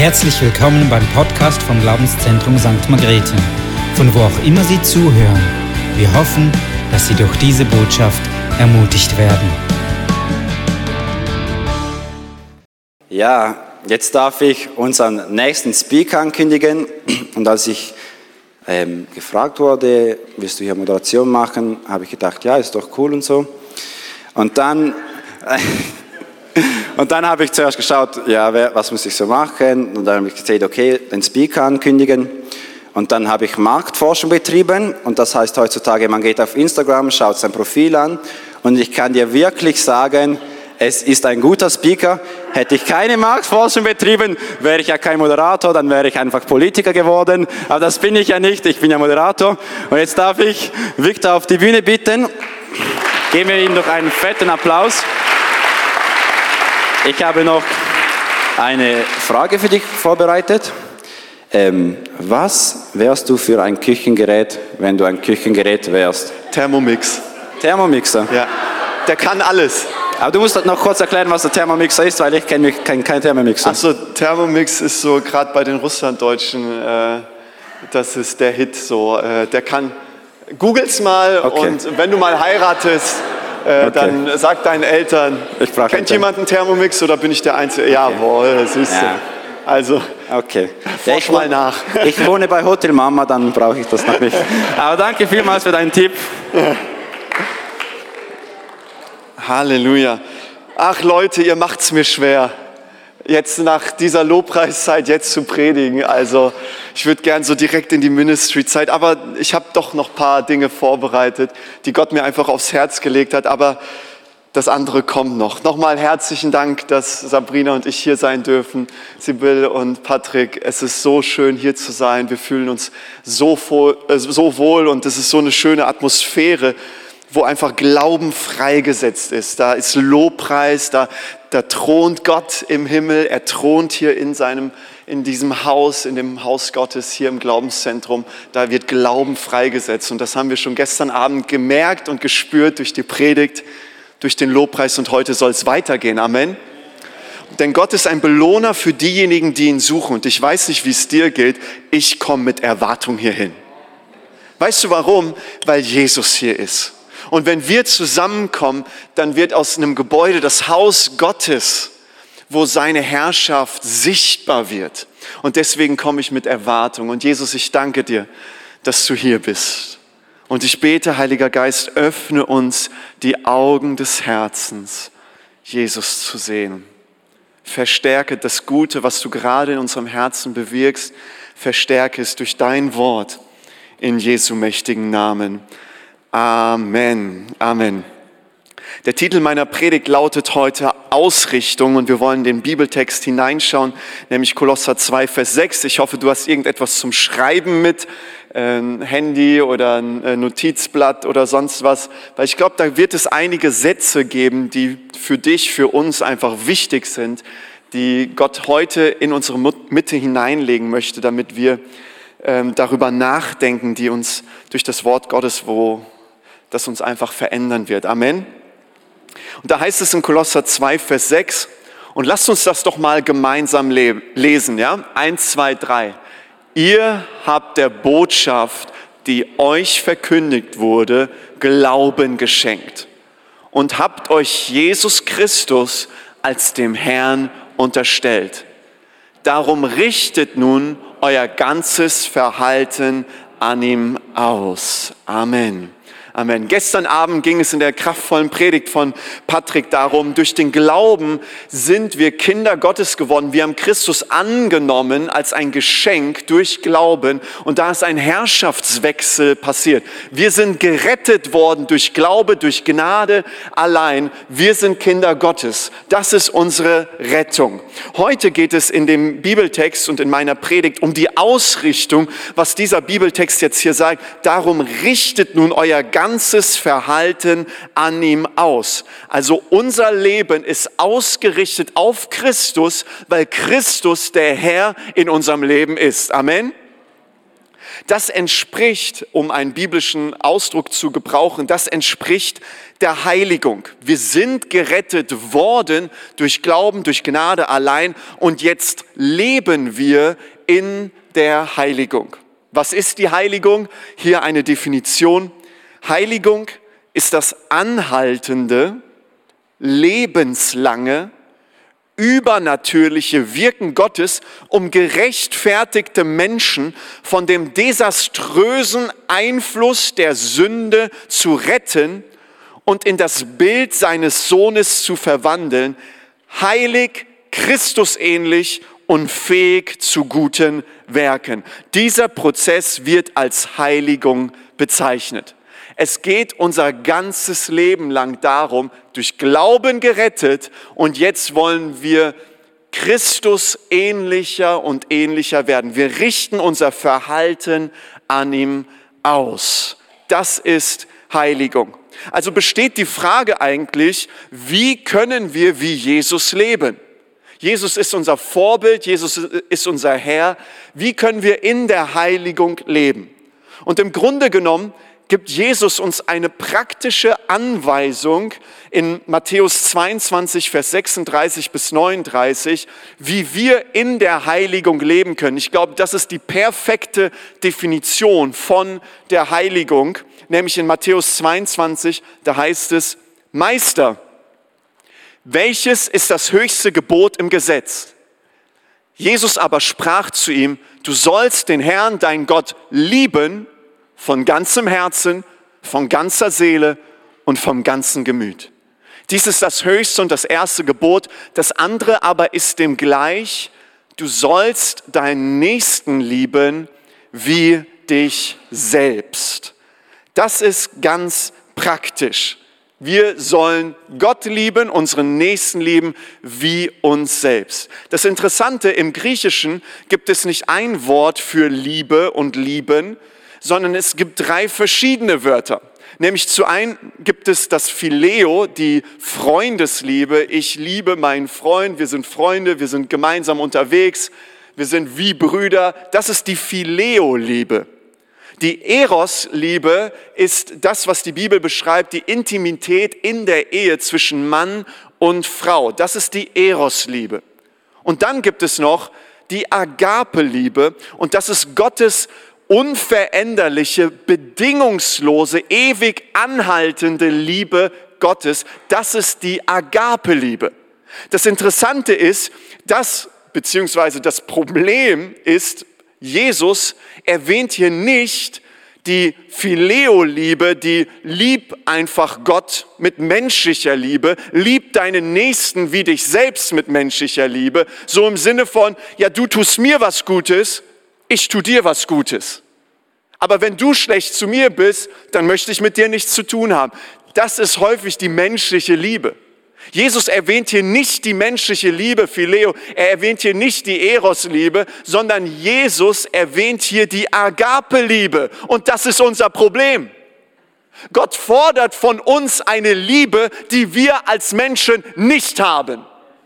Herzlich willkommen beim Podcast vom Glaubenszentrum St. Margrethen, von wo auch immer Sie zuhören. Wir hoffen, dass Sie durch diese Botschaft ermutigt werden. Ja, jetzt darf ich unseren nächsten Speaker ankündigen. Und als ich gefragt wurde, willst du hier Moderation machen, habe ich gedacht, ja, ist doch cool und so. Und dann habe ich zuerst geschaut, ja, was muss ich so machen? Und dann habe ich gesagt, okay, den Speaker ankündigen. Und dann habe ich Marktforschung betrieben. Und das heißt heutzutage, man geht auf Instagram, schaut sein Profil an. Und ich kann dir wirklich sagen, es ist ein guter Speaker. Hätte ich keine Marktforschung betrieben, wäre ich ja kein Moderator, dann wäre ich einfach Politiker geworden. Aber das bin ich ja nicht, ich bin ja Moderator. Und jetzt darf ich Victor auf die Bühne bitten. Geben wir ihm doch einen fetten Applaus. Ich habe noch eine Frage für dich vorbereitet. Was wärst du für ein Küchengerät, wenn du ein Küchengerät wärst? Thermomix. Thermomixer? Ja, der kann alles. Aber du musst noch kurz erklären, was der Thermomixer ist, weil ich kenne keinen Thermomixer. Achso, Thermomix ist so, gerade bei den Russlanddeutschen, das ist der Hit so. Der kann, googles mal Okay. Und wenn du mal heiratest, dann sag deinen Eltern, kennt jemand einen Thermomix oder bin ich der Einzige? Okay. Jawohl, siehst du. Ja. Also, Okay. forsch mal nach. Ich wohne bei Hotel Mama, dann brauche ich das noch nicht. Aber danke vielmals für deinen Tipp. Halleluja. Ach Leute, ihr macht's mir schwer, jetzt nach dieser Lobpreiszeit jetzt zu predigen. Also ich würde gern so direkt in die Ministry-Zeit, aber ich habe doch noch ein paar Dinge vorbereitet, die Gott mir einfach aufs Herz gelegt hat, aber das andere kommt noch. Nochmal herzlichen Dank, dass Sabrina und ich hier sein dürfen. Sibyl und Patrick, es ist so schön hier zu sein. Wir fühlen uns so wohl und es ist so eine schöne Atmosphäre, wo einfach Glauben freigesetzt ist. Da ist Lobpreis, da thront Gott im Himmel. Er thront hier in diesem Haus, in dem Haus Gottes, hier im Glaubenszentrum. Da wird Glauben freigesetzt. Und das haben wir schon gestern Abend gemerkt und gespürt durch die Predigt, durch den Lobpreis. Und heute soll es weitergehen. Amen. Denn Gott ist ein Belohner für diejenigen, die ihn suchen. Und ich weiß nicht, wie es dir geht. Ich komme mit Erwartung hierhin. Weißt du warum? Weil Jesus hier ist. Und wenn wir zusammenkommen, dann wird aus einem Gebäude das Haus Gottes, wo seine Herrschaft sichtbar wird. Und deswegen komme ich mit Erwartung. Und Jesus, ich danke dir, dass du hier bist. Und ich bete, Heiliger Geist, öffne uns die Augen des Herzens, Jesus zu sehen. Verstärke das Gute, was du gerade in unserem Herzen bewirkst. Verstärke es durch dein Wort in Jesu mächtigen Namen. Amen. Amen. Der Titel meiner Predigt lautet heute Ausrichtung und wir wollen den Bibeltext hineinschauen, nämlich Kolosser 2, Vers 6. Ich hoffe, du hast irgendetwas zum Schreiben mit, ein Handy oder ein Notizblatt oder sonst was, weil ich glaube, da wird es einige Sätze geben, die für dich, für uns einfach wichtig sind, die Gott heute in unsere Mitte hineinlegen möchte, damit wir darüber nachdenken, die uns durch das Wort Gottes, das uns einfach verändern wird. Amen. Und da heißt es in Kolosser 2, Vers 6, und lasst uns das doch mal gemeinsam lesen, ja? 1, 2, 3. Ihr habt der Botschaft, die euch verkündigt wurde, Glauben geschenkt und habt euch Jesus Christus als dem Herrn unterstellt. Darum richtet nun euer ganzes Verhalten an ihm aus. Amen. Amen. Gestern Abend ging es in der kraftvollen Predigt von Patrick darum, durch den Glauben sind wir Kinder Gottes geworden. Wir haben Christus angenommen als ein Geschenk durch Glauben und da ist ein Herrschaftswechsel passiert. Wir sind gerettet worden durch Glaube, durch Gnade allein. Wir sind Kinder Gottes. Das ist unsere Rettung. Heute geht es in dem Bibeltext und in meiner Predigt um die Ausrichtung, was dieser Bibeltext jetzt hier sagt. Darum richtet nun euer ganzes Verhalten an ihm aus. Also unser Leben ist ausgerichtet auf Christus, weil Christus der Herr in unserem Leben ist. Amen. Das entspricht, um einen biblischen Ausdruck zu gebrauchen, das entspricht der Heiligung. Wir sind gerettet worden durch Glauben, durch Gnade allein und jetzt leben wir in der Heiligung. Was ist die Heiligung? Hier eine Definition. Heiligung ist das anhaltende, lebenslange, übernatürliche Wirken Gottes, um gerechtfertigte Menschen von dem desaströsen Einfluss der Sünde zu retten und in das Bild seines Sohnes zu verwandeln, heilig, Christusähnlich und fähig zu guten Werken. Dieser Prozess wird als Heiligung bezeichnet. Es geht unser ganzes Leben lang darum, durch Glauben gerettet und jetzt wollen wir Christus ähnlicher und ähnlicher werden. Wir richten unser Verhalten an ihm aus. Das ist Heiligung. Also besteht die Frage eigentlich, wie können wir wie Jesus leben? Jesus ist unser Vorbild, Jesus ist unser Herr. Wie können wir in der Heiligung leben? Und im Grunde genommen gibt Jesus uns eine praktische Anweisung in Matthäus 22, Vers 36 bis 39, wie wir in der Heiligung leben können. Ich glaube, das ist die perfekte Definition von der Heiligung, nämlich in Matthäus 22, da heißt es, Meister, welches ist das höchste Gebot im Gesetz? Jesus aber sprach zu ihm, du sollst den Herrn, dein Gott, lieben von ganzem Herzen, von ganzer Seele und vom ganzen Gemüt. Dies ist das höchste und das erste Gebot. Das andere aber ist dem gleich, du sollst deinen Nächsten lieben wie dich selbst. Das ist ganz praktisch. Wir sollen Gott lieben, unseren Nächsten lieben, wie uns selbst. Das Interessante, im Griechischen gibt es nicht ein Wort für Liebe und Lieben, sondern es gibt 3 verschiedene Wörter. Nämlich zu einem gibt es das Phileo, die Freundesliebe. Ich liebe meinen Freund, wir sind Freunde, wir sind gemeinsam unterwegs, wir sind wie Brüder. Das ist die Phileo-Liebe. Die Eros-Liebe ist das, was die Bibel beschreibt, die Intimität in der Ehe zwischen Mann und Frau. Das ist die Eros-Liebe. Und dann gibt es noch die Agape-Liebe und das ist Gottes unveränderliche, bedingungslose, ewig anhaltende Liebe Gottes. Das ist die Agape-Liebe. Das Interessante ist, beziehungsweise das Problem ist, Jesus erwähnt hier nicht die Phileo-Liebe, die lieb einfach Gott mit menschlicher Liebe, lieb deinen Nächsten wie dich selbst mit menschlicher Liebe, so im Sinne von, ja, du tust mir was Gutes, ich tu dir was Gutes. Aber wenn du schlecht zu mir bist, dann möchte ich mit dir nichts zu tun haben. Das ist häufig die menschliche Liebe. Jesus erwähnt hier nicht die menschliche Liebe, Phileo, er erwähnt hier nicht die Eros-Liebe, sondern Jesus erwähnt hier die Agape-Liebe. Und das ist unser Problem. Gott fordert von uns eine Liebe, die wir als Menschen nicht haben.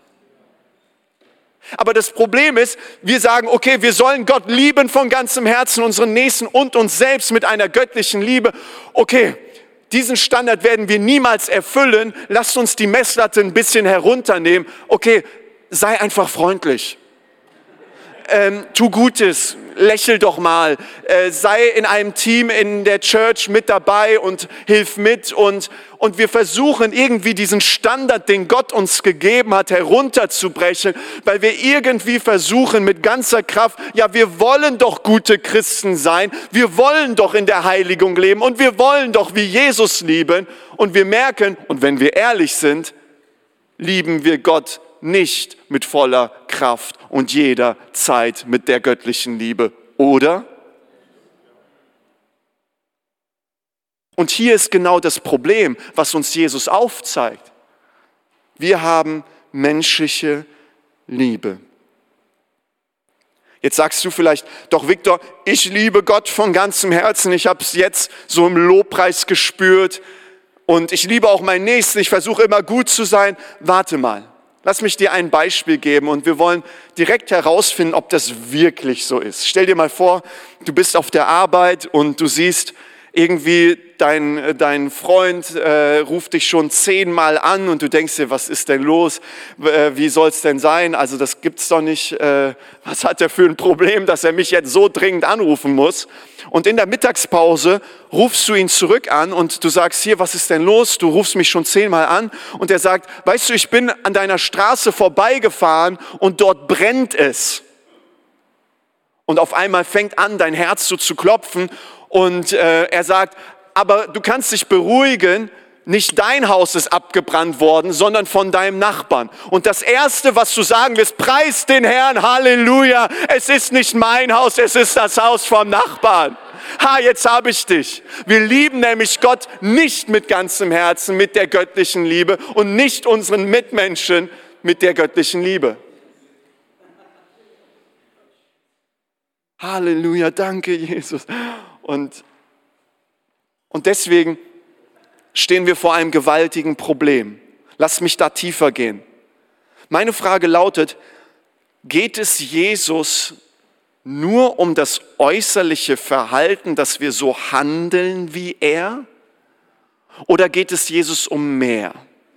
Aber das Problem ist, wir sagen, okay, wir sollen Gott lieben von ganzem Herzen, unseren Nächsten und uns selbst mit einer göttlichen Liebe. Okay, diesen Standard werden wir niemals erfüllen. Lasst uns die Messlatte ein bisschen herunternehmen. Okay, sei einfach freundlich. Tu Gutes, lächel doch mal. Sei in einem Team in der Church mit dabei und hilf mit. Und wir versuchen irgendwie diesen Standard, den Gott uns gegeben hat, herunterzubrechen, weil wir irgendwie versuchen mit ganzer Kraft, ja, wir wollen doch gute Christen sein, wir wollen doch in der Heiligung leben und wir wollen doch wie Jesus lieben. Und wir merken, und wenn wir ehrlich sind, lieben wir Gott nicht mit voller Kraft und jeder Zeit mit der göttlichen Liebe, oder? Und hier ist genau das Problem, was uns Jesus aufzeigt. Wir haben menschliche Liebe. Jetzt sagst du vielleicht, doch Viktor, ich liebe Gott von ganzem Herzen, ich habe es jetzt so im Lobpreis gespürt und ich liebe auch meinen Nächsten, ich versuche immer gut zu sein. Warte mal. Lass mich dir ein Beispiel geben und wir wollen direkt herausfinden, ob das wirklich so ist. Stell dir mal vor, du bist auf der Arbeit und du siehst irgendwie, dein Freund ruft dich schon 10-mal an und du denkst dir, was ist denn los? Wie soll es denn sein? Also das gibt's doch nicht. Was hat er für ein Problem, dass er mich jetzt so dringend anrufen muss? Und in der Mittagspause rufst du ihn zurück an und du sagst, hier, was ist denn los? Du rufst mich schon 10-mal an und er sagt, weißt du, ich bin an deiner Straße vorbeigefahren und dort brennt es. Und auf einmal fängt an, dein Herz so zu klopfen und er sagt, aber du kannst dich beruhigen, nicht dein Haus ist abgebrannt worden, sondern von deinem Nachbarn. Und das Erste, was du sagen wirst, preis den Herrn, Halleluja, es ist nicht mein Haus, es ist das Haus vom Nachbarn. Ha, jetzt habe ich dich. Wir lieben nämlich Gott nicht mit ganzem Herzen, mit der göttlichen Liebe und nicht unseren Mitmenschen mit der göttlichen Liebe. Halleluja, danke Jesus. Und deswegen stehen wir vor einem gewaltigen Problem. Lass mich da tiefer gehen. Meine Frage lautet, geht es Jesus nur um das äußerliche Verhalten, dass wir so handeln wie er? Oder geht es Jesus um mehr?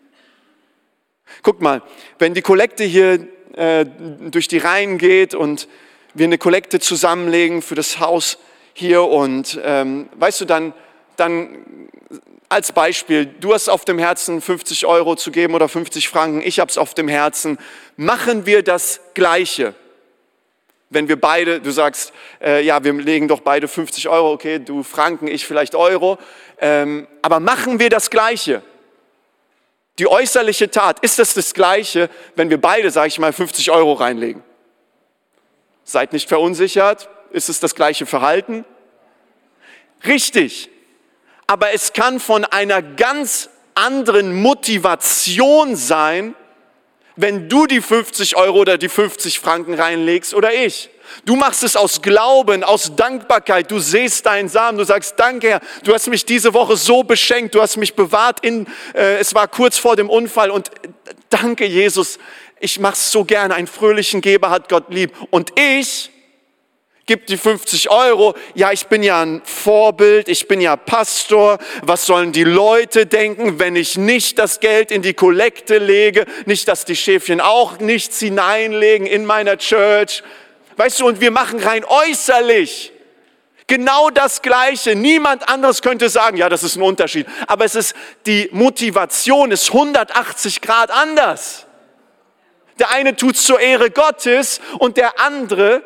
Guck mal, wenn die Kollekte hier durch die Reihen geht und wir eine Kollekte zusammenlegen für das Haus hier und weißt du, dann als Beispiel, du hast auf dem Herzen 50 € zu geben oder 50 Franken, ich habe es auf dem Herzen, machen wir das Gleiche. Wenn wir beide, du sagst, ja, wir legen doch beide 50 €, okay, du Franken, ich vielleicht Euro, aber machen wir das Gleiche. Die äußerliche Tat, ist das Gleiche, wenn wir beide, sage ich mal, 50 € reinlegen? Seid nicht verunsichert, ist es das gleiche Verhalten? Richtig, aber es kann von einer ganz anderen Motivation sein, wenn du die 50 € oder die 50 Franken reinlegst oder ich. Du machst es aus Glauben, aus Dankbarkeit. Du sähst deinen Samen, du sagst, danke Herr, du hast mich diese Woche so beschenkt, du hast mich bewahrt, es war kurz vor dem Unfall und danke Jesus, ich mache es so gerne, einen fröhlichen Geber hat Gott lieb. Und ich gib die 50 €, ja, ich bin ja ein Vorbild, ich bin ja Pastor, was sollen die Leute denken, wenn ich nicht das Geld in die Kollekte lege, nicht, dass die Schäfchen auch nichts hineinlegen in meiner Church. Weißt du, und wir machen rein äußerlich genau das Gleiche. Niemand anderes könnte sagen, ja, das ist ein Unterschied. Aber die Motivation ist 180 Grad anders. Der eine tut es zur Ehre Gottes und der andere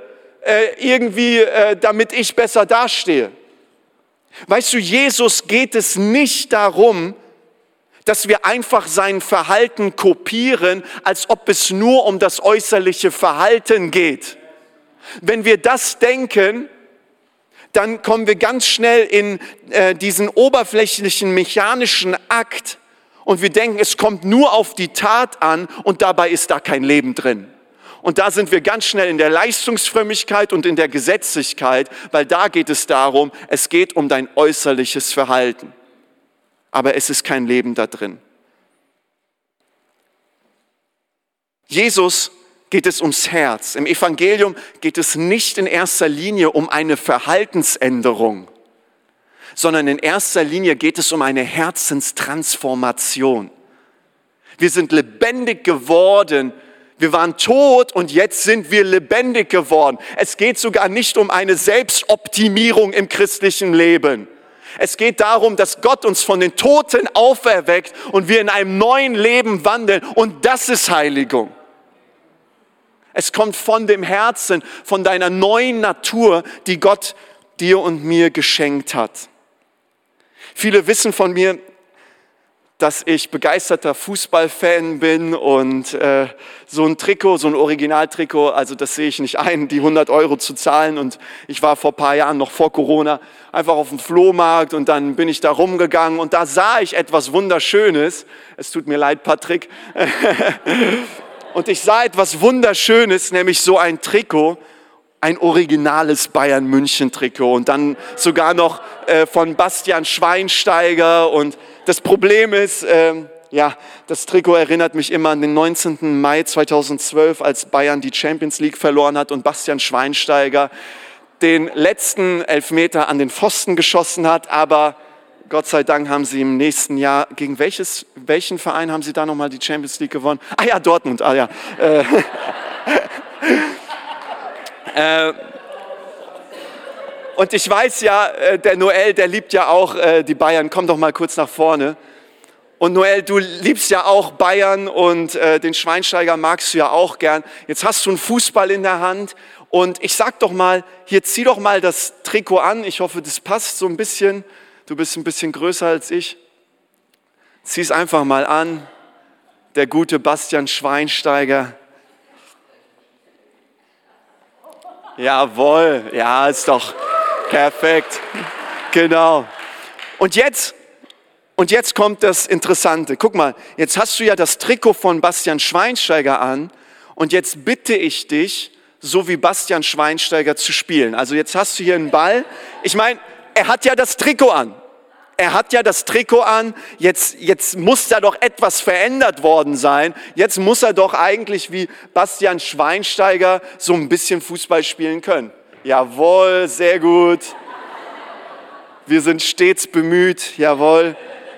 damit ich besser dastehe. Weißt du, Jesus geht es nicht darum, dass wir einfach sein Verhalten kopieren, als ob es nur um das äußerliche Verhalten geht. Wenn wir das denken, dann kommen wir ganz schnell in diesen oberflächlichen mechanischen Akt und wir denken, es kommt nur auf die Tat an und dabei ist da kein Leben drin. Und da sind wir ganz schnell in der Leistungsfrömmigkeit und in der Gesetzlichkeit, weil da geht es darum, es geht um dein äußerliches Verhalten. Aber es ist kein Leben da drin. Jesus geht es ums Herz. Im Evangelium geht es nicht in erster Linie um eine Verhaltensänderung, sondern in erster Linie geht es um eine Herzenstransformation. Wir sind lebendig geworden. Wir waren tot und jetzt sind wir lebendig geworden. Es geht sogar nicht um eine Selbstoptimierung im christlichen Leben. Es geht darum, dass Gott uns von den Toten auferweckt und wir in einem neuen Leben wandeln. Und das ist Heiligung. Es kommt von dem Herzen, von deiner neuen Natur, die Gott dir und mir geschenkt hat. Viele wissen von mir, dass ich begeisterter Fußballfan bin und so ein Trikot, so ein Originaltrikot, also das sehe ich nicht ein, die 100 € zu zahlen. Und ich war vor ein paar Jahren, noch vor Corona, einfach auf dem Flohmarkt und dann bin ich da rumgegangen und da sah ich etwas Wunderschönes. Es tut mir leid, Patrick. Und ich sah etwas Wunderschönes, nämlich so ein Trikot, ein originales Bayern-München-Trikot und dann sogar noch von Bastian Schweinsteiger. Und das Problem ist, Ja, das Trikot erinnert mich immer an den 19. Mai 2012, als Bayern die Champions League verloren hat und Bastian Schweinsteiger den letzten Elfmeter an den Pfosten geschossen hat. Aber Gott sei Dank haben sie im nächsten Jahr, gegen welchen Verein haben sie da nochmal die Champions League gewonnen? Ah ja, Dortmund, Und ich weiß ja, der Noel, der liebt ja auch die Bayern. Komm doch mal kurz nach vorne. Und Noel, du liebst ja auch Bayern und den Schweinsteiger magst du ja auch gern. Jetzt hast du einen Fußball in der Hand und ich sag doch mal, hier zieh doch mal das Trikot an. Ich hoffe, das passt so ein bisschen. Du bist ein bisschen größer als ich. Zieh es einfach mal an. Der gute Bastian Schweinsteiger. Jawohl, ja, ist doch perfekt. Genau. Und jetzt kommt das Interessante. Guck mal, jetzt hast du ja das Trikot von Bastian Schweinsteiger an und jetzt bitte ich dich, so wie Bastian Schweinsteiger zu spielen. Also jetzt hast du hier einen Ball. Ich meine, er hat ja das Trikot an. Jetzt muss da doch etwas verändert worden sein. Jetzt muss er doch eigentlich wie Bastian Schweinsteiger so ein bisschen Fußball spielen können. Jawohl, sehr gut. Wir sind stets bemüht. Jawohl.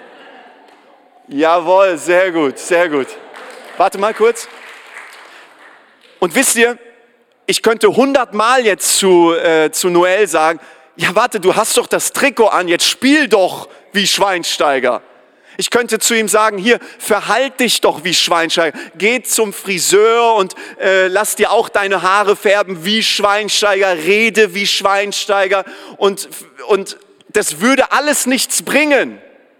Jawohl, sehr gut, sehr gut. Warte mal kurz. Und wisst ihr, ich könnte 100 Mal jetzt zu Noel sagen, ja warte, du hast doch das Trikot an, jetzt spiel doch wie Schweinsteiger. Ich könnte zu ihm sagen, hier, verhalt dich doch wie Schweinsteiger. Geh zum Friseur und lass dir auch deine Haare färben wie Schweinsteiger, rede wie Schweinsteiger und das würde alles nichts bringen.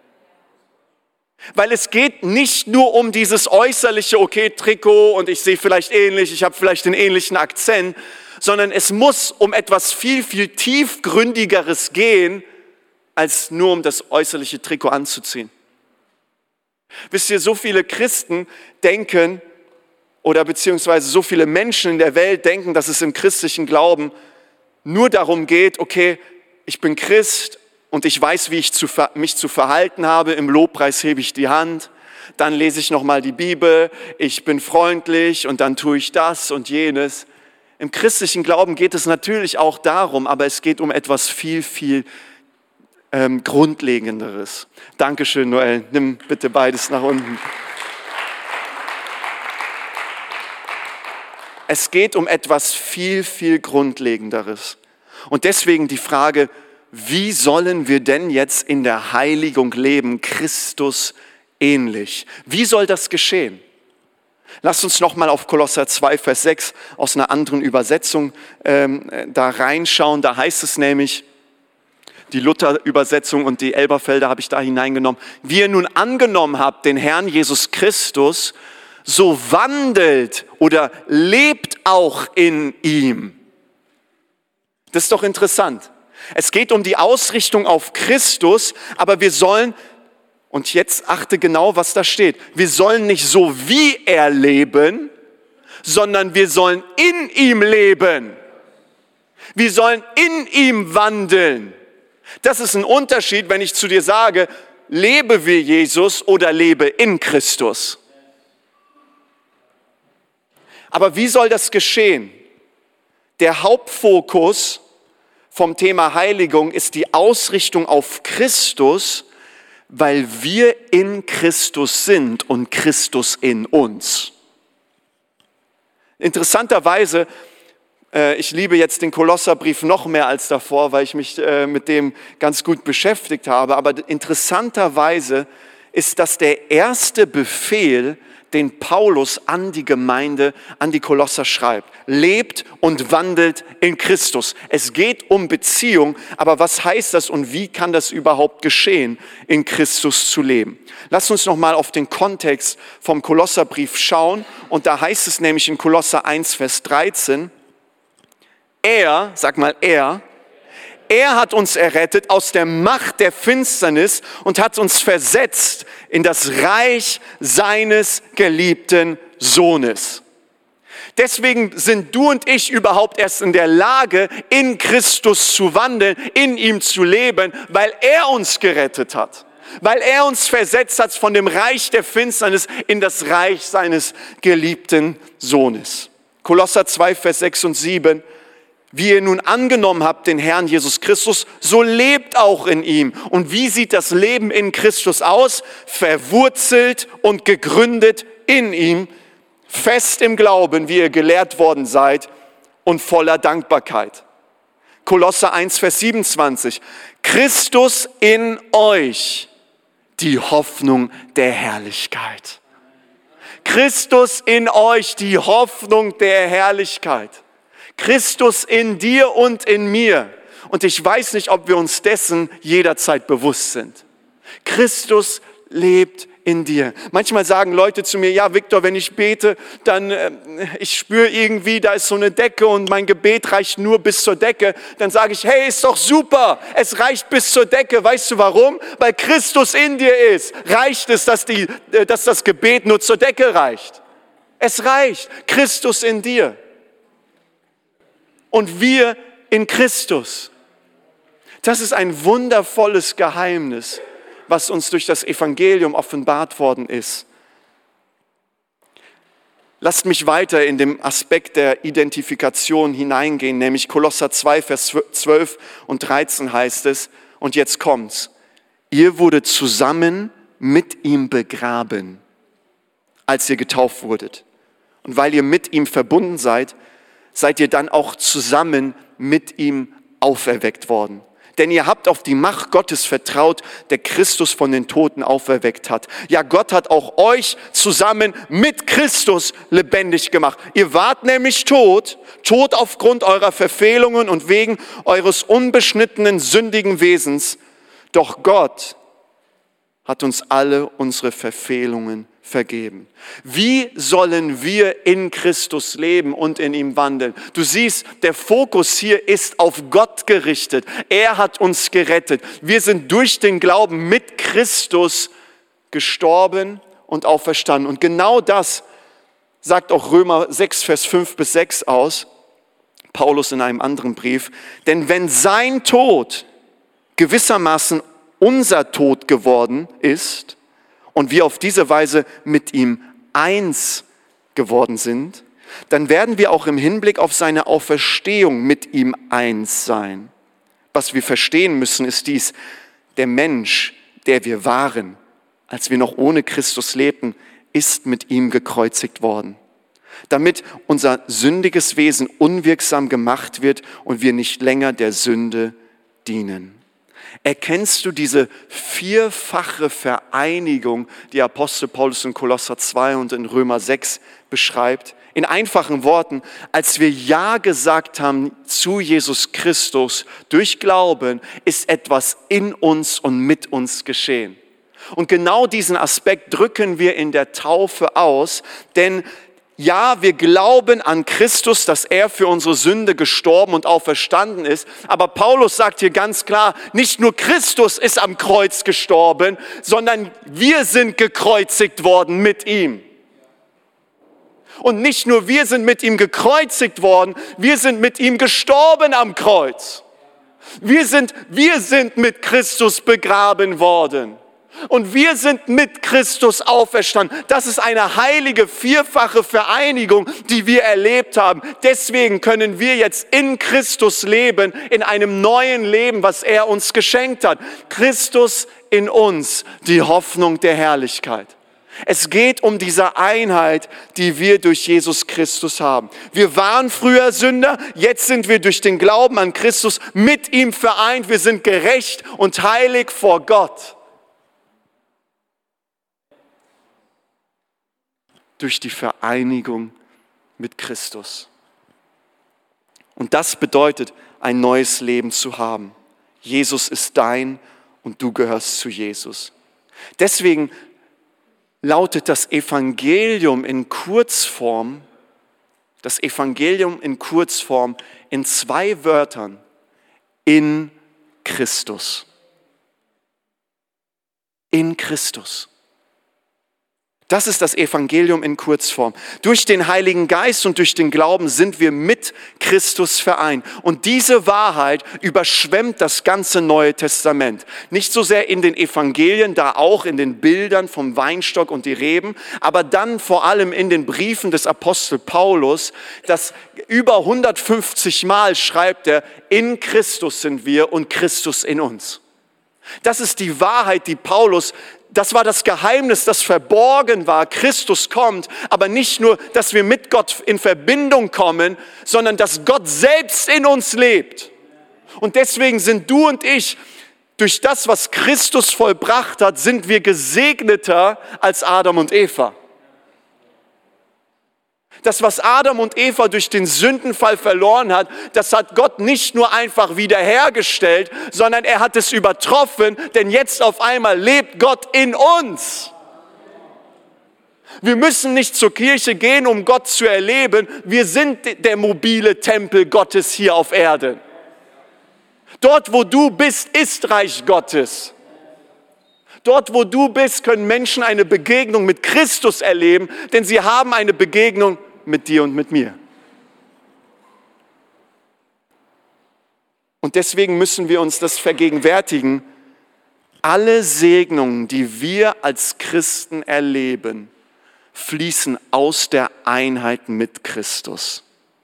Weil es geht nicht nur um dieses äußerliche, okay, Trikot und ich sehe vielleicht ähnlich, ich habe vielleicht den ähnlichen Akzent, sondern es muss um etwas viel, viel tiefgründigeres gehen, als nur um das äußerliche Trikot anzuziehen. Wisst ihr, so viele Christen denken oder beziehungsweise so viele Menschen in der Welt denken, dass es im christlichen Glauben nur darum geht, okay, ich bin Christ und ich weiß, wie ich mich zu verhalten habe. Im Lobpreis hebe ich die Hand, dann lese ich nochmal die Bibel, ich bin freundlich und dann tue ich das und jenes. Im christlichen Glauben geht es natürlich auch darum, aber es geht um etwas viel, viel Grundlegenderes. Dankeschön, Noel. Nimm bitte beides nach unten. Es geht um etwas viel, viel Grundlegenderes. Und deswegen die Frage, wie sollen wir denn jetzt in der Heiligung leben, Christus ähnlich? Wie soll das geschehen? Lasst uns nochmal auf Kolosser 2, Vers 6 aus einer anderen Übersetzung da reinschauen. Da heißt es nämlich, die Luther-Übersetzung und die Elberfelder habe ich da hineingenommen. Wie ihr nun angenommen habt, den Herrn Jesus Christus, so wandelt oder lebt auch in ihm. Das ist doch interessant. Es geht um die Ausrichtung auf Christus, aber wir sollen, und jetzt achte genau, was da steht, wir sollen nicht so wie er leben, sondern wir sollen in ihm leben. Wir sollen in ihm wandeln. Das ist ein Unterschied, wenn ich zu dir sage, lebe wie Jesus oder lebe in Christus. Aber wie soll das geschehen? Der Hauptfokus vom Thema Heiligung ist die Ausrichtung auf Christus, weil wir in Christus sind und Christus in uns. Interessanterweise, ich liebe jetzt den Kolosserbrief noch mehr als davor, weil ich mich mit dem ganz gut beschäftigt habe. Aber interessanterweise ist das der erste Befehl, den Paulus an die Gemeinde, an die Kolosser schreibt. Lebt und wandelt in Christus. Es geht um Beziehung, aber was heißt das und wie kann das überhaupt geschehen, in Christus zu leben? Lasst uns nochmal auf den Kontext vom Kolosserbrief schauen. Und da heißt es nämlich in Kolosser 1, Vers 13, er hat uns errettet aus der Macht der Finsternis und hat uns versetzt in das Reich seines geliebten Sohnes. Deswegen sind du und ich überhaupt erst in der Lage, in Christus zu wandeln, in ihm zu leben, weil er uns gerettet hat. weil er uns versetzt hat von dem Reich der Finsternis in das Reich seines geliebten Sohnes. Kolosser 2, Vers 6 und 7. Wie ihr nun angenommen habt, den Herrn Jesus Christus, so lebt auch in ihm. Und wie sieht das Leben in Christus aus? Verwurzelt und gegründet in ihm, fest im Glauben, wie ihr gelehrt worden seid, und voller Dankbarkeit. Kolosser 1, Vers 27. Christus in euch, die Hoffnung der Herrlichkeit. Christus in euch, die Hoffnung der Herrlichkeit. Christus in dir und in mir. Und ich weiß nicht, ob wir uns dessen jederzeit bewusst sind. Christus lebt in dir. Manchmal sagen Leute zu mir, ja Viktor, wenn ich bete, dann ich spüre irgendwie, da ist so eine Decke und mein Gebet reicht nur bis zur Decke. Dann sage ich, hey, ist doch super, es reicht bis zur Decke. Weißt du warum? Weil Christus in dir ist. Reicht es, dass das Gebet nur zur Decke reicht? Es reicht. Christus in dir. Und wir in Christus. Das ist ein wundervolles Geheimnis, was uns durch das Evangelium offenbart worden ist. Lasst mich weiter in den Aspekt der Identifikation hineingehen, nämlich Kolosser 2, Vers 12 und 13 heißt es, und jetzt kommt's, ihr wurdet zusammen mit ihm begraben, als ihr getauft wurdet. Und weil ihr mit ihm verbunden seid, seid ihr dann auch zusammen mit ihm auferweckt worden. Denn ihr habt auf die Macht Gottes vertraut, der Christus von den Toten auferweckt hat. Ja, Gott hat auch euch zusammen mit Christus lebendig gemacht. Ihr wart nämlich tot aufgrund eurer Verfehlungen und wegen eures unbeschnittenen, sündigen Wesens. Doch Gott hat uns alle unsere Verfehlungen vergeben. Wie sollen wir in Christus leben und in ihm wandeln? Du siehst, der Fokus hier ist auf Gott gerichtet. Er hat uns gerettet. Wir sind durch den Glauben mit Christus gestorben und auferstanden. Und genau das sagt auch Römer 6, Vers 5 bis 6 aus, Paulus in einem anderen Brief. Denn wenn sein Tod gewissermaßen unser Tod geworden ist, und wir auf diese Weise mit ihm eins geworden sind, dann werden wir auch im Hinblick auf seine Auferstehung mit ihm eins sein. Was wir verstehen müssen, ist dies: Der Mensch, der wir waren, als wir noch ohne Christus lebten, ist mit ihm gekreuzigt worden, damit unser sündiges Wesen unwirksam gemacht wird und wir nicht länger der Sünde dienen. Erkennst du diese vierfache Vereinigung, die Apostel Paulus in Kolosser 2 und in Römer 6 beschreibt? In einfachen Worten, als wir Ja gesagt haben zu Jesus Christus durch Glauben, ist etwas in uns und mit uns geschehen. Und genau diesen Aspekt drücken wir in der Taufe aus, denn ja, wir glauben an Christus, dass er für unsere Sünde gestorben und auferstanden ist. Aber Paulus sagt hier ganz klar, nicht nur Christus ist am Kreuz gestorben, sondern wir sind gekreuzigt worden mit ihm. Und nicht nur wir sind mit ihm gekreuzigt worden, wir sind mit ihm gestorben am Kreuz. Wir sind mit Christus begraben worden. Und wir sind mit Christus auferstanden. Das ist eine heilige, vierfache Vereinigung, die wir erlebt haben. Deswegen können wir jetzt in Christus leben, in einem neuen Leben, was er uns geschenkt hat. Christus in uns, die Hoffnung der Herrlichkeit. Es geht um diese Einheit, die wir durch Jesus Christus haben. Wir waren früher Sünder, jetzt sind wir durch den Glauben an Christus mit ihm vereint. Wir sind gerecht und heilig vor Gott. Durch die Vereinigung mit Christus. Und das bedeutet, ein neues Leben zu haben. Jesus ist dein und du gehörst zu Jesus. Deswegen lautet das Evangelium in Kurzform in zwei Wörtern: in Christus. In Christus. Das ist das Evangelium in Kurzform. Durch den Heiligen Geist und durch den Glauben sind wir mit Christus vereint. Und diese Wahrheit überschwemmt das ganze Neue Testament. Nicht so sehr in den Evangelien, da auch in den Bildern vom Weinstock und die Reben, aber dann vor allem in den Briefen des Apostel Paulus, das über 150 Mal schreibt er, in Christus sind wir und Christus in uns. Das ist die Wahrheit, die Paulus, das war das Geheimnis, das verborgen war. Christus kommt, aber nicht nur, dass wir mit Gott in Verbindung kommen, sondern dass Gott selbst in uns lebt. Und deswegen sind du und ich, durch das, was Christus vollbracht hat, sind wir gesegneter als Adam und Eva. Das, was Adam und Eva durch den Sündenfall verloren hat, das hat Gott nicht nur einfach wiederhergestellt, sondern er hat es übertroffen, denn jetzt auf einmal lebt Gott in uns. Wir müssen nicht zur Kirche gehen, um Gott zu erleben. Wir sind der mobile Tempel Gottes hier auf Erden. Dort, wo du bist, ist Reich Gottes. Dort, wo du bist, können Menschen eine Begegnung mit Christus erleben, denn sie haben eine Begegnung mit dir und mit mir. Und deswegen müssen wir uns das vergegenwärtigen. Alle Segnungen, die wir als Christen erleben, fließen aus der Einheit mit Christus.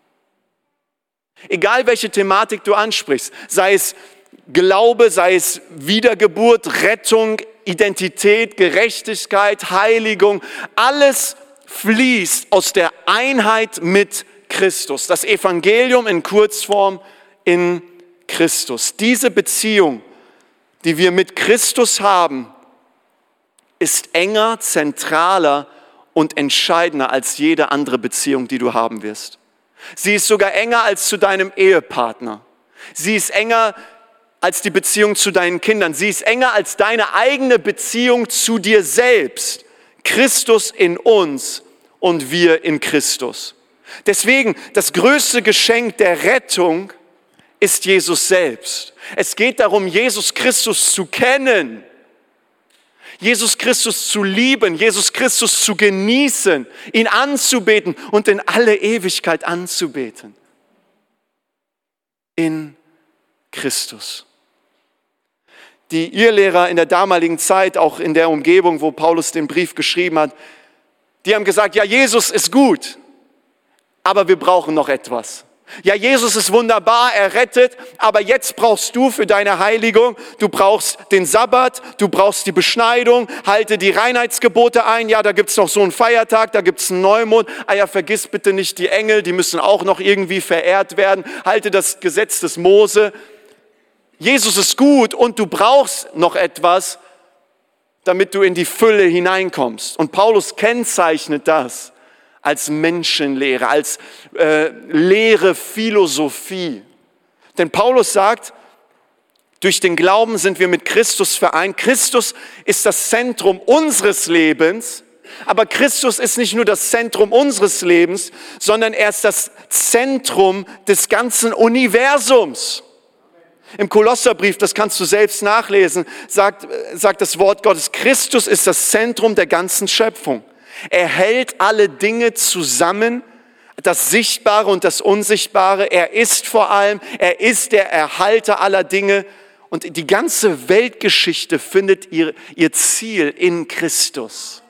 Egal welche Thematik du ansprichst, sei es Glaube, sei es Wiedergeburt, Rettung, Identität, Gerechtigkeit, Heiligung, alles fließt aus der Einheit mit Christus. Das Evangelium in Kurzform in Christus. Diese Beziehung, die wir mit Christus haben, ist enger, zentraler und entscheidender als jede andere Beziehung, die du haben wirst. Sie ist sogar enger als zu deinem Ehepartner. Sie ist enger als die Beziehung zu deinen Kindern. Sie ist enger als deine eigene Beziehung zu dir selbst. Christus in uns und wir in Christus. Deswegen, das größte Geschenk der Rettung ist Jesus selbst. Es geht darum, Jesus Christus zu kennen, Jesus Christus zu lieben, Jesus Christus zu genießen, ihn anzubeten und in alle Ewigkeit anzubeten. In Christus. Die Irrlehrer in der damaligen Zeit, auch in der Umgebung, wo Paulus den Brief geschrieben hat, die haben gesagt, ja, Jesus ist gut, aber wir brauchen noch etwas. Ja, Jesus ist wunderbar, er rettet, aber jetzt brauchst du für deine Heiligung, du brauchst den Sabbat, du brauchst die Beschneidung, halte die Reinheitsgebote ein, ja, da gibt's noch so einen Feiertag, da gibt's einen Neumond, ah ja, vergiss bitte nicht die Engel, die müssen auch noch irgendwie verehrt werden, halte das Gesetz des Mose. Jesus ist gut und du brauchst noch etwas, damit du in die Fülle hineinkommst. Und Paulus kennzeichnet das als Menschenlehre, als leere Philosophie. Denn Paulus sagt, durch den Glauben sind wir mit Christus vereint. Christus ist das Zentrum unseres Lebens, aber Christus ist nicht nur das Zentrum unseres Lebens, sondern er ist das Zentrum des ganzen Universums. Im Kolosserbrief, das kannst du selbst nachlesen, sagt das Wort Gottes, Christus ist das Zentrum der ganzen Schöpfung. Er hält alle Dinge zusammen, das Sichtbare und das Unsichtbare. Er ist vor allem, er ist der Erhalter aller Dinge. Und die ganze Weltgeschichte findet ihr Ziel in Christus.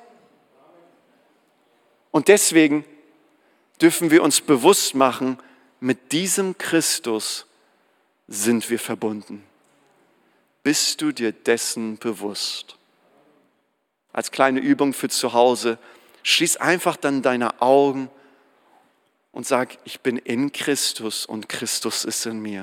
Und deswegen dürfen wir uns bewusst machen, mit diesem Christus sind wir verbunden. Bist du dir dessen bewusst? Als kleine Übung für zu Hause, schließ einfach dann deine Augen und sag, ich bin in Christus und Christus ist in mir.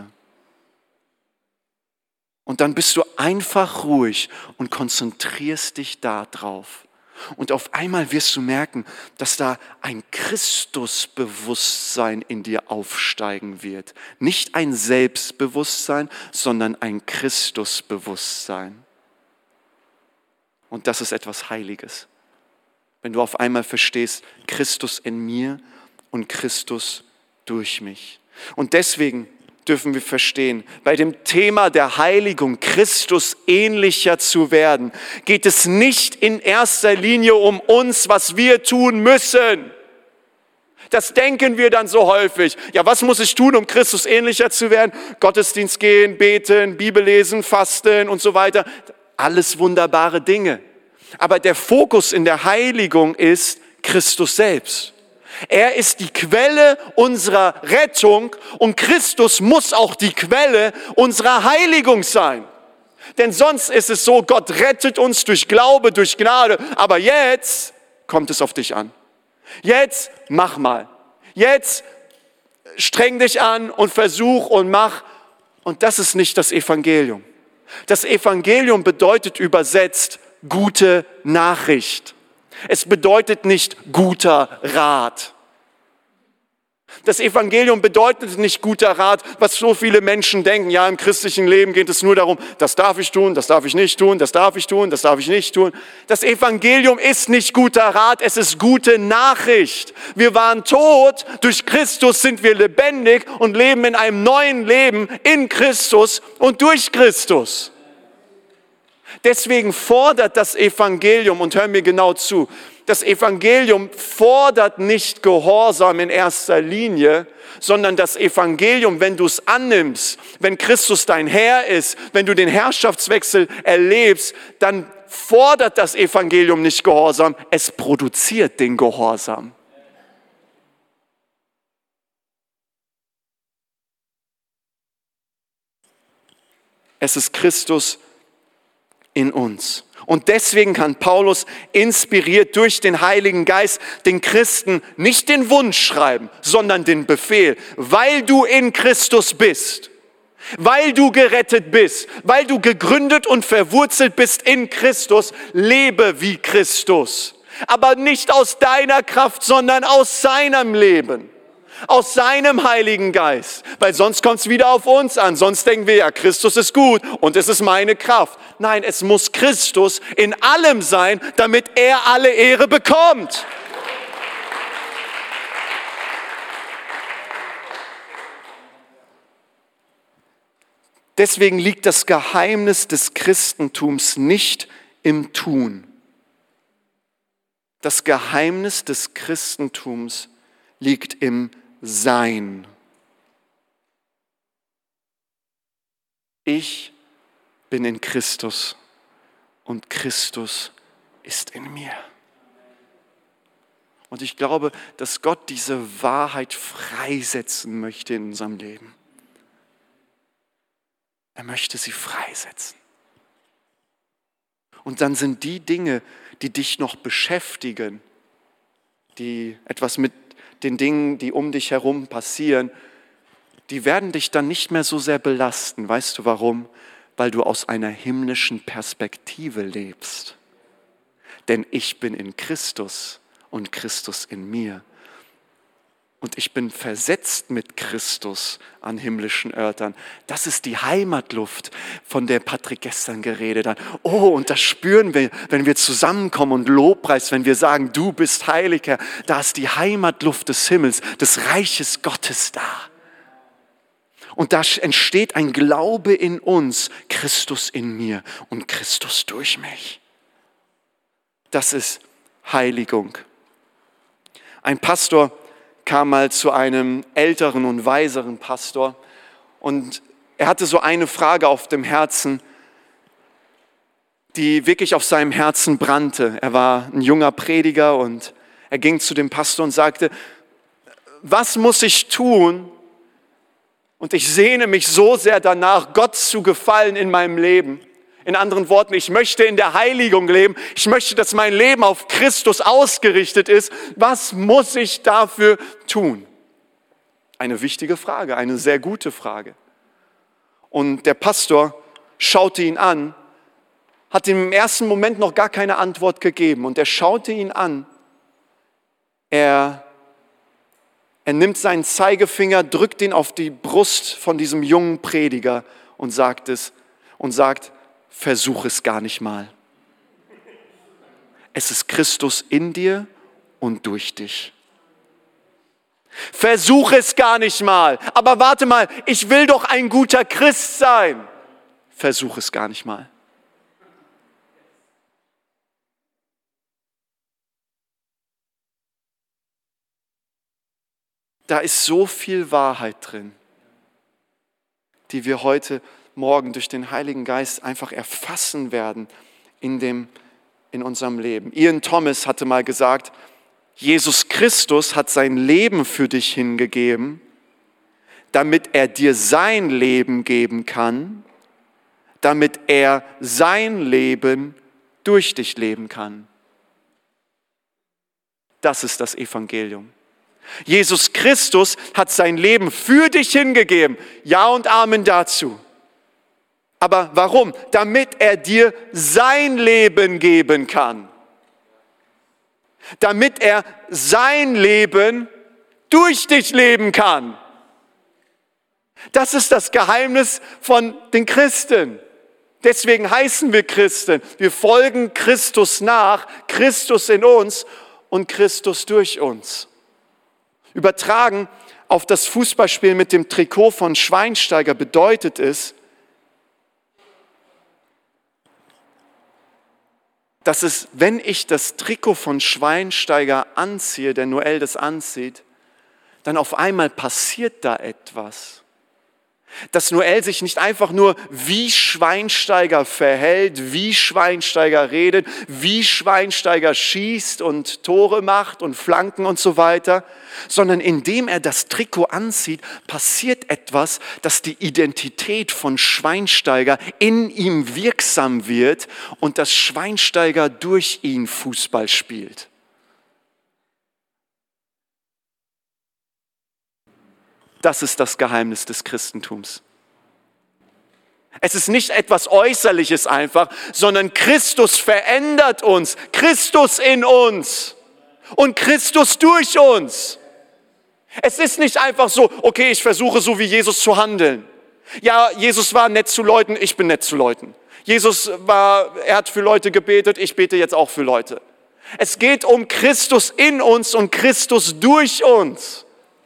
Und dann bist du einfach ruhig und konzentrierst dich darauf. Und auf einmal wirst du merken, dass da ein Christusbewusstsein in dir aufsteigen wird. Nicht ein Selbstbewusstsein, sondern ein Christusbewusstsein. Und das ist etwas Heiliges. Wenn du auf einmal verstehst, Christus in mir und Christus durch mich. Und deswegen dürfen wir verstehen. Bei dem Thema der Heiligung, Christus ähnlicher zu werden, geht es nicht in erster Linie um uns, was wir tun müssen. Das denken wir dann so häufig. Ja, was muss ich tun, um Christus ähnlicher zu werden? Gottesdienst gehen, beten, Bibel lesen, fasten und so weiter. Alles wunderbare Dinge. Aber der Fokus in der Heiligung ist Christus selbst. Er ist die Quelle unserer Rettung und Christus muss auch die Quelle unserer Heiligung sein. Denn sonst ist es so, Gott rettet uns durch Glaube, durch Gnade. Aber jetzt kommt es auf dich an. Jetzt mach mal. Jetzt streng dich an und versuch und mach. Und das ist nicht das Evangelium. Das Evangelium bedeutet übersetzt gute Nachricht. Es bedeutet nicht guter Rat. Das Evangelium bedeutet nicht guter Rat, was so viele Menschen denken. Ja, im christlichen Leben geht es nur darum, das darf ich tun, das darf ich nicht tun, das darf ich tun, das darf ich nicht tun. Das Evangelium ist nicht guter Rat, es ist gute Nachricht. Wir waren tot, durch Christus sind wir lebendig und leben in einem neuen Leben in Christus und durch Christus. Deswegen fordert das Evangelium, und hör mir genau zu, das Evangelium fordert nicht Gehorsam in erster Linie, sondern das Evangelium, wenn du es annimmst, wenn Christus dein Herr ist, wenn du den Herrschaftswechsel erlebst, dann fordert das Evangelium nicht Gehorsam, es produziert den Gehorsam. Es ist Christus in uns. Und deswegen kann Paulus, inspiriert durch den Heiligen Geist, den Christen nicht den Wunsch schreiben, sondern den Befehl. Weil du in Christus bist, weil du gerettet bist, weil du gegründet und verwurzelt bist in Christus, lebe wie Christus. Aber nicht aus deiner Kraft, sondern aus seinem Leben. Aus seinem Heiligen Geist, weil sonst kommt es wieder auf uns an. Sonst denken wir, ja, Christus ist gut und es ist meine Kraft. Nein, es muss Christus in allem sein, damit er alle Ehre bekommt. Deswegen liegt das Geheimnis des Christentums nicht im Tun. Das Geheimnis des Christentums liegt im Sein. Ich bin in Christus und Christus ist in mir. Und ich glaube, dass Gott diese Wahrheit freisetzen möchte in unserem Leben. Er möchte sie freisetzen. Und dann sind die Dinge, die dich noch beschäftigen, die etwas mit den Dingen, die um dich herum passieren, die werden dich dann nicht mehr so sehr belasten. Weißt du warum? Weil du aus einer himmlischen Perspektive lebst. Denn ich bin in Christus und Christus in mir. Und ich bin versetzt mit Christus an himmlischen Örtern. Das ist die Heimatluft, von der Patrick gestern geredet hat. Oh, und das spüren wir, wenn wir zusammenkommen und Lobpreis, wenn wir sagen, du bist heilig, Herr. Da ist die Heimatluft des Himmels, des Reiches Gottes da. Und da entsteht ein Glaube in uns, Christus in mir und Christus durch mich. Das ist Heiligung. Ein Pastor kam mal zu einem älteren und weiseren Pastor und er hatte so eine Frage auf dem Herzen, die wirklich auf seinem Herzen brannte. Er war ein junger Prediger und er ging zu dem Pastor und sagte, was muss ich tun? Und ich sehne mich so sehr danach, Gott zu gefallen in meinem Leben. In anderen Worten, ich möchte in der Heiligung leben. Ich möchte, dass mein Leben auf Christus ausgerichtet ist. Was muss ich dafür tun? Eine wichtige Frage, eine sehr gute Frage. Und der Pastor schaute ihn an, hat ihm im ersten Moment noch gar keine Antwort gegeben. Und er schaute ihn an. Er nimmt seinen Zeigefinger, drückt ihn auf die Brust von diesem jungen Prediger und sagt, versuch es gar nicht mal. Es ist Christus in dir und durch dich. Versuch es gar nicht mal. Aber warte mal, ich will doch ein guter Christ sein. Versuch es gar nicht mal. Da ist so viel Wahrheit drin, die wir heute Morgen durch den Heiligen Geist einfach erfassen werden in unserem Leben. Ian Thomas hatte mal gesagt, Jesus Christus hat sein Leben für dich hingegeben, damit er dir sein Leben geben kann, damit er sein Leben durch dich leben kann. Das ist das Evangelium. Jesus Christus hat sein Leben für dich hingegeben. Ja und Amen dazu. Aber warum? Damit er dir sein Leben geben kann. Damit er sein Leben durch dich leben kann. Das ist das Geheimnis von den Christen. Deswegen heißen wir Christen. Wir folgen Christus nach, Christus in uns und Christus durch uns. Übertragen auf das Fußballspiel mit dem Trikot von Schweinsteiger bedeutet es, dass es, wenn ich das Trikot von Schweinsteiger anziehe, der Noel das anzieht, dann auf einmal passiert da etwas. Dass Noel sich nicht einfach nur wie Schweinsteiger verhält, wie Schweinsteiger redet, wie Schweinsteiger schießt und Tore macht und Flanken und so weiter, sondern indem er das Trikot anzieht, passiert etwas, dass die Identität von Schweinsteiger in ihm wirksam wird und dass Schweinsteiger durch ihn Fußball spielt. Das ist das Geheimnis des Christentums. Es ist nicht etwas Äußerliches einfach, sondern Christus verändert uns, Christus in uns und Christus durch uns. Es ist nicht einfach so, okay, ich versuche so wie Jesus zu handeln. Ja, Jesus war nett zu Leuten, ich bin nett zu Leuten. Er hat für Leute gebetet, ich bete jetzt auch für Leute. Es geht um Christus in uns und Christus durch uns.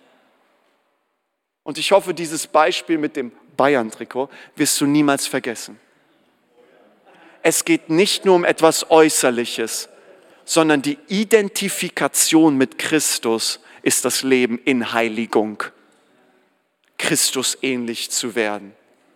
Und ich hoffe, dieses Beispiel mit dem Bayern-Trikot wirst du niemals vergessen. Es geht nicht nur um etwas Äußerliches, sondern die Identifikation mit Christus ist das Leben in Heiligung, Christus ähnlich zu werden.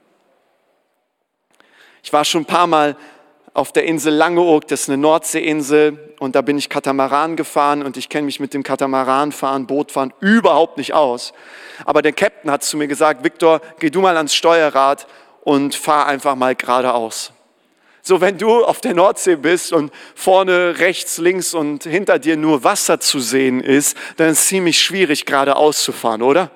Ich war schon ein paar Mal auf der Insel Langeoog, das ist eine Nordseeinsel, und da bin ich Katamaran gefahren und ich kenne mich mit dem Katamaranfahren, Bootfahren überhaupt nicht aus. Aber der Captain hat zu mir gesagt, Viktor, geh du mal ans Steuerrad und fahr einfach mal geradeaus. So, wenn du auf der Nordsee bist und vorne, rechts, links und hinter dir nur Wasser zu sehen ist, dann ist es ziemlich schwierig, geradeaus zu fahren, oder?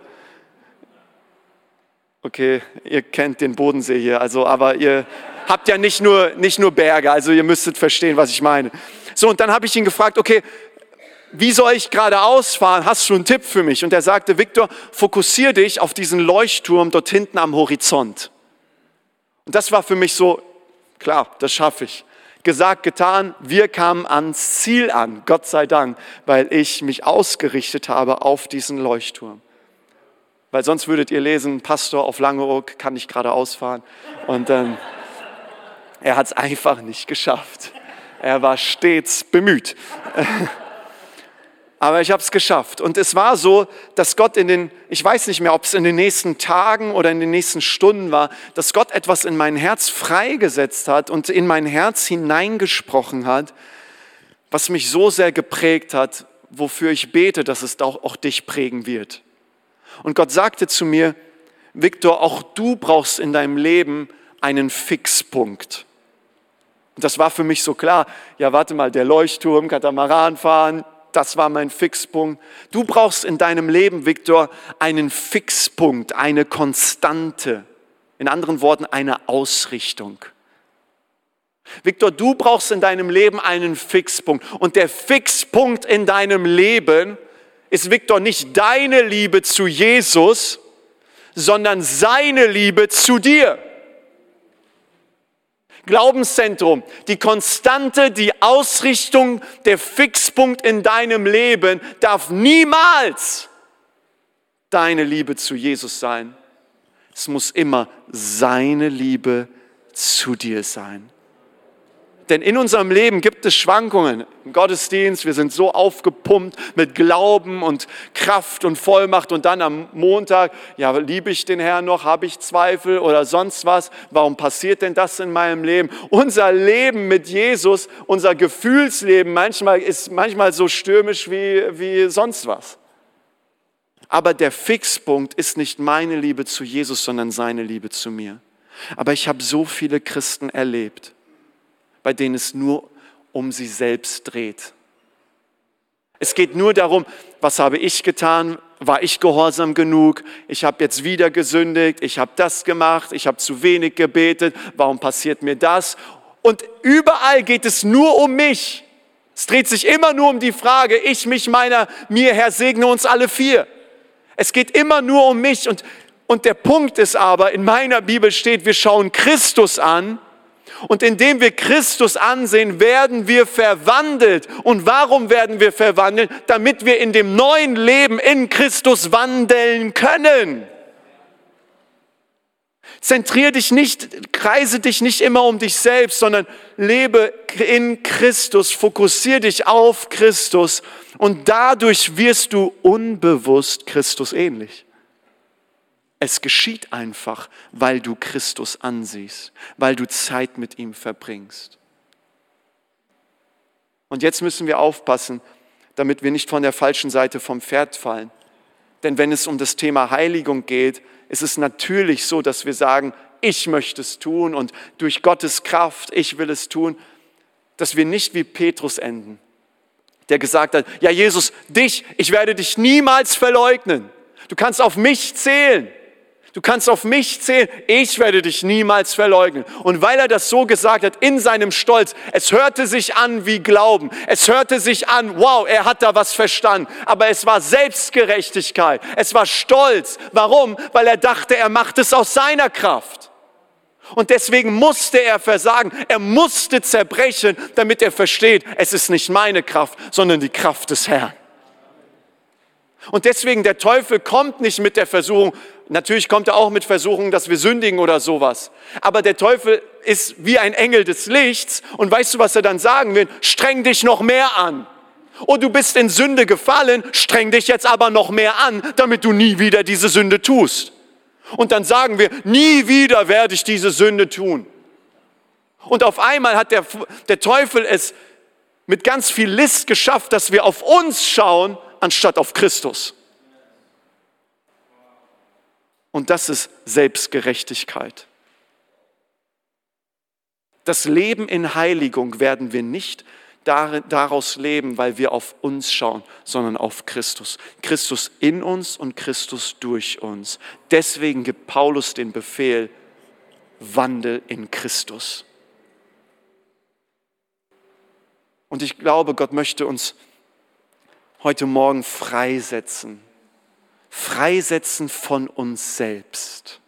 Okay, ihr kennt den Bodensee hier, aber ihr habt ja nicht nur Berge, also ihr müsstet verstehen, was ich meine. So, und dann habe ich ihn gefragt, okay, wie soll ich geradeaus fahren? Hast du einen Tipp für mich? Und er sagte, Viktor, fokussier dich auf diesen Leuchtturm dort hinten am Horizont. Und das war für mich so, klar, das schaffe ich. Gesagt, getan, wir kamen ans Ziel an, Gott sei Dank, weil ich mich ausgerichtet habe auf diesen Leuchtturm. Weil sonst würdet ihr lesen, Pastor auf Langeoog kann nicht geradeaus fahren. Und dann, er hat es einfach nicht geschafft. Er war stets bemüht. Aber ich habe es geschafft. Und es war so, dass Gott ich weiß nicht mehr, ob es in den nächsten Tagen oder in den nächsten Stunden war, dass Gott etwas in mein Herz freigesetzt hat und in mein Herz hineingesprochen hat, was mich so sehr geprägt hat, wofür ich bete, dass es auch dich prägen wird. Und Gott sagte zu mir, Viktor, auch du brauchst in deinem Leben einen Fixpunkt. Und das war für mich so klar, ja warte mal, der Leuchtturm, Katamaranfahren, das war mein Fixpunkt. Du brauchst in deinem Leben, Viktor, einen Fixpunkt, eine Konstante. In anderen Worten, eine Ausrichtung. Viktor, du brauchst in deinem Leben einen Fixpunkt. Und der Fixpunkt in deinem Leben ist, Viktor, nicht deine Liebe zu Jesus, sondern seine Liebe zu dir. Glaubenszentrum, die Konstante, die Ausrichtung, der Fixpunkt in deinem Leben darf niemals deine Liebe zu Jesus sein. Es muss immer seine Liebe zu dir sein. Denn in unserem Leben gibt es Schwankungen. Im Gottesdienst, wir sind so aufgepumpt mit Glauben und Kraft und Vollmacht und dann am Montag, ja, liebe ich den Herrn noch, habe ich Zweifel oder sonst was? Warum passiert denn das in meinem Leben? Unser Leben mit Jesus, unser Gefühlsleben ist manchmal so stürmisch wie sonst was. Aber der Fixpunkt ist nicht meine Liebe zu Jesus, sondern seine Liebe zu mir. Aber ich habe so viele Christen erlebt, bei denen es nur um sie selbst dreht. Es geht nur darum, was habe ich getan? War ich gehorsam genug? Ich habe jetzt wieder gesündigt, ich habe das gemacht, ich habe zu wenig gebetet, warum passiert mir das? Und überall geht es nur um mich. Es dreht sich immer nur um die Frage, ich, mich, meiner, mir, Herr, segne uns alle vier. Es geht immer nur um mich und der Punkt ist aber, in meiner Bibel steht, wir schauen Christus an und indem wir Christus ansehen, werden wir verwandelt. Und warum werden wir verwandelt? Damit wir in dem neuen Leben in Christus wandeln können. Zentriere dich nicht, kreise dich nicht immer um dich selbst, sondern lebe in Christus, fokussiere dich auf Christus und dadurch wirst du unbewusst Christus ähnlich. Es geschieht einfach, weil du Christus ansiehst, weil du Zeit mit ihm verbringst. Und jetzt müssen wir aufpassen, damit wir nicht von der falschen Seite vom Pferd fallen. Denn wenn es um das Thema Heiligung geht, ist es natürlich so, dass wir sagen, ich möchte es tun und durch Gottes Kraft, ich will es tun, dass wir nicht wie Petrus enden, der gesagt hat, ja Jesus, ich werde dich niemals verleugnen. Du kannst auf mich zählen. Du kannst auf mich zählen, ich werde dich niemals verleugnen. Und weil er das so gesagt hat, in seinem Stolz, es hörte sich an wie Glauben. Es hörte sich an, wow, er hat da was verstanden. Aber es war Selbstgerechtigkeit, es war Stolz. Warum? Weil er dachte, er macht es aus seiner Kraft. Und deswegen musste er versagen, er musste zerbrechen, damit er versteht, es ist nicht meine Kraft, sondern die Kraft des Herrn. Und deswegen, der Teufel kommt nicht mit der Versuchung, natürlich kommt er auch mit Versuchungen, dass wir sündigen oder sowas. Aber der Teufel ist wie ein Engel des Lichts und weißt du, was er dann sagen will? Streng dich noch mehr an. Oh, du bist in Sünde gefallen, streng dich jetzt aber noch mehr an, damit du nie wieder diese Sünde tust. Und dann sagen wir, nie wieder werde ich diese Sünde tun. Und auf einmal hat der Teufel es mit ganz viel List geschafft, dass wir auf uns schauen, anstatt auf Christus. Und das ist Selbstgerechtigkeit. Das Leben in Heiligung werden wir nicht daraus leben, weil wir auf uns schauen, sondern auf Christus. Christus in uns und Christus durch uns. Deswegen gibt Paulus den Befehl, wandel in Christus. Und ich glaube, Gott möchte uns heute Morgen freisetzen von uns selbst,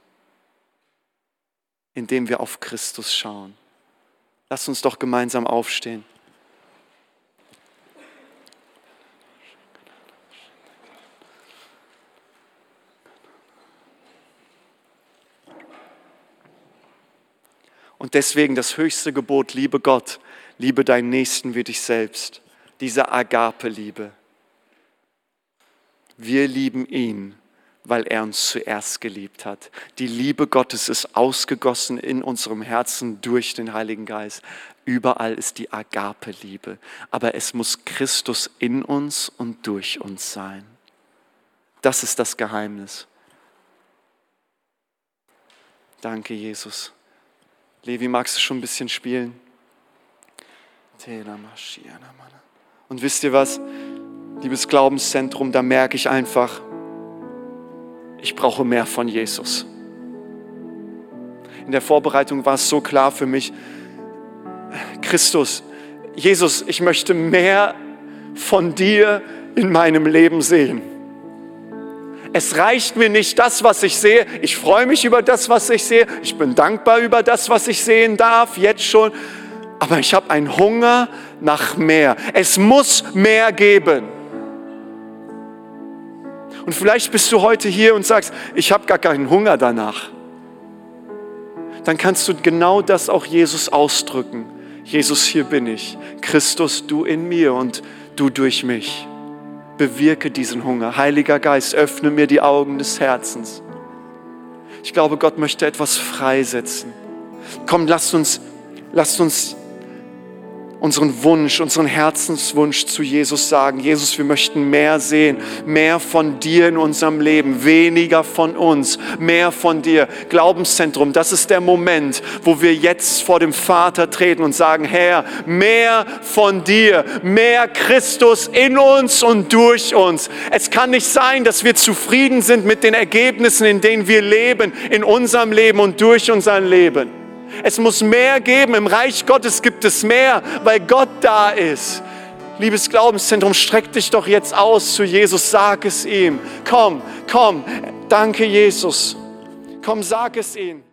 indem wir auf Christus schauen. Lasst uns doch gemeinsam aufstehen. Und deswegen das höchste Gebot, liebe Gott, liebe deinen Nächsten wie dich selbst, diese Agape-Liebe. Wir lieben ihn, weil er uns zuerst geliebt hat. Die Liebe Gottes ist ausgegossen in unserem Herzen durch den Heiligen Geist. Überall ist die Agape-Liebe. Aber es muss Christus in uns und durch uns sein. Das ist das Geheimnis. Danke, Jesus. Levi, magst du schon ein bisschen spielen? Und wisst ihr was? Liebes Glaubenszentrum, da merke ich einfach, ich brauche mehr von Jesus. In der Vorbereitung war es so klar für mich, Christus, Jesus, ich möchte mehr von dir in meinem Leben sehen. Es reicht mir nicht das, was ich sehe. Ich freue mich über das, was ich sehe. Ich bin dankbar über das, was ich sehen darf, jetzt schon. Aber ich habe einen Hunger nach mehr. Es muss mehr geben. Und vielleicht bist du heute hier und sagst, ich habe gar keinen Hunger danach. Dann kannst du genau das auch Jesus ausdrücken. Jesus, hier bin ich. Christus, du in mir und du durch mich. Bewirke diesen Hunger. Heiliger Geist, öffne mir die Augen des Herzens. Ich glaube, Gott möchte etwas freisetzen. Komm, lasst uns unseren Wunsch, unseren Herzenswunsch zu Jesus sagen. Jesus, wir möchten mehr sehen, mehr von dir in unserem Leben, weniger von uns, mehr von dir. Glaubenszentrum, das ist der Moment, wo wir jetzt vor dem Vater treten und sagen, Herr, mehr von dir, mehr Christus in uns und durch uns. Es kann nicht sein, dass wir zufrieden sind mit den Ergebnissen, in denen wir leben, in unserem Leben und durch unser Leben. Es muss mehr geben. Im Reich Gottes gibt es mehr, weil Gott da ist. Liebes Glaubenszentrum, streck dich doch jetzt aus zu Jesus. Sag es ihm. Komm. Danke, Jesus. Komm, sag es ihm.